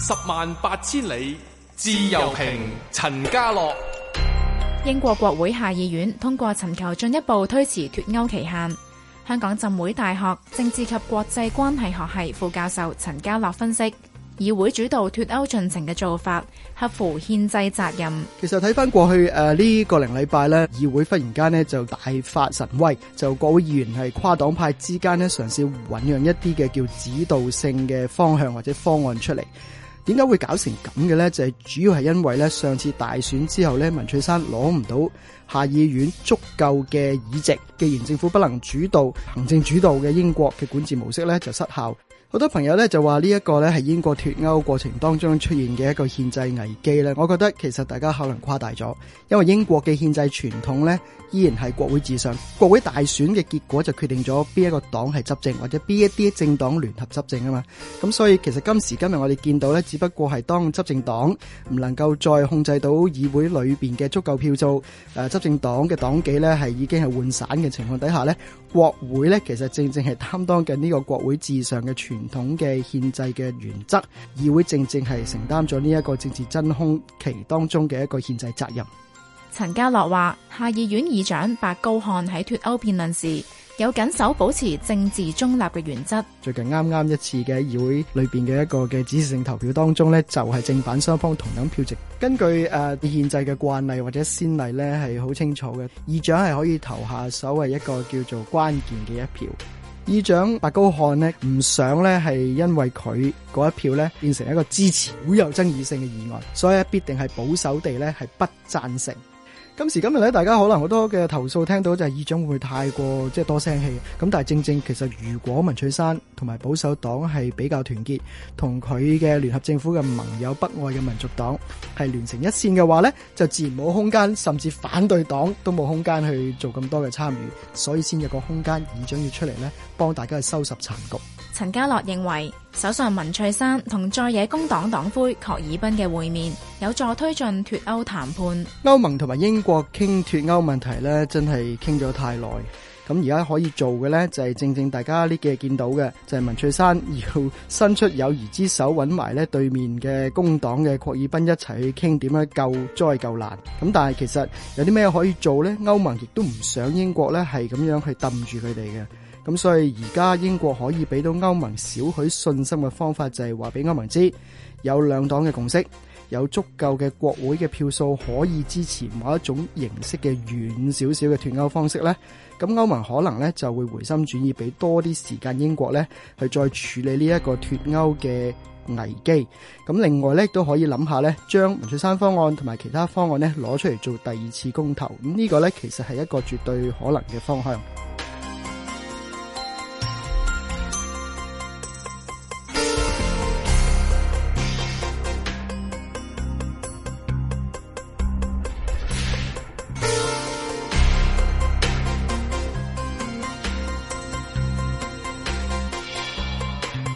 108000里，自由評，陳家樂。 英國國會下議院通過尋求進一步推遲脫歐期限。香港浸會大學政治及國際關係學系副教授陳家樂分析，議會主導脫歐進程嘅做法合乎憲制責任。 其實睇翻過去呢個零禮拜呢，議會忽然間呢就大發神威，就國會議員係跨黨派之間呢嘗試醞釀一啲嘅叫指導性嘅方向或者方案出嚟。點解會搞成咁嘅呢？就係主要係因為呢上次大選之後呢，文翠珊攞唔到下議院足夠嘅議席，既然政府不能主導，行政主導嘅英國嘅管治模式呢就失效。好多朋友咧就話呢一個咧係英國脫歐過程當中出現嘅一個憲制危機咧，我覺得其實大家可能誇大咗，因為英國嘅憲制傳統咧依然係國會至上，國會大選嘅結果就決定咗邊一個黨係執政或者邊一啲政黨聯合執政啊嘛，咁所以其實今時今日我哋見到咧，只不過係當執政黨唔能夠再控制到議會裏邊嘅足夠票數，執政黨嘅黨紀咧係已經係渙散嘅情況底下咧，國會咧其實正正係擔當緊呢個國會至上嘅傳統嘅憲制嘅原則，議會正正係承擔咗呢一個政治真空期當中嘅一個憲制責任。 陳家樂話，下議院議長白高漢喺脫歐辯論時有緊守保持政治中立嘅原則。 最近啱一次嘅議會裏邊嘅一個嘅指示性投票當中呢，就係正反雙方同等票值。根據憲制嘅慣例或者先例呢，係好清楚嘅，議長係可以投下所謂一個叫做關鍵嘅一票。議長白高漢呢，唔想呢係因為佢嗰一票呢變成一個支持好有爭議性嘅議案，所以必定係保守地呢係不贊成。今時今日咧，大家可能好多嘅投訴聽到就係議長會唔會太過多聲氣，咁但係正正其實如果文翠珊同埋保守黨係比較團結，同佢嘅聯合政府嘅盟友北愛嘅民族黨係連成一線嘅話呢，就自然冇空間，甚至反對黨都冇空間去做咁多嘅參與，所以先有個空間議長要出嚟呢，幫大家去收拾殘局。 陳家樂認為，首相文翠珊同在野工黨黨魁郝爾彬嘅會面有助推進脫歐談判。 歐盟同埋英國傾脫歐問題呢，真係傾咗太耐。咁而家可以做嘅呢，就係正正大家呢幾日見到嘅，就係文翠珊要伸出友誼之手，揾埋呢對面嘅工黨嘅郝爾彬一齊去傾點樣救災救難。咁但係其實有啲咩可以做呢？歐盟亦都唔想英國呢係咁樣去揼住佢哋嘅。咁所以而家英國可以俾到歐盟少許信心嘅方法，就係話俾歐盟知有兩黨嘅共識，有足夠嘅國會嘅票數可以支持某一種形式嘅軟少少嘅脫歐方式呢。咁歐盟可能呢就會回心轉意，俾多啲時間英國呢去再處理呢一個脫歐嘅危機。咁另外呢都可以諗下呢，將文翠珊方案同埋其他方案呢攞出嚟做第二次公投。咁呢個呢其實係一個絕對可能嘅方向。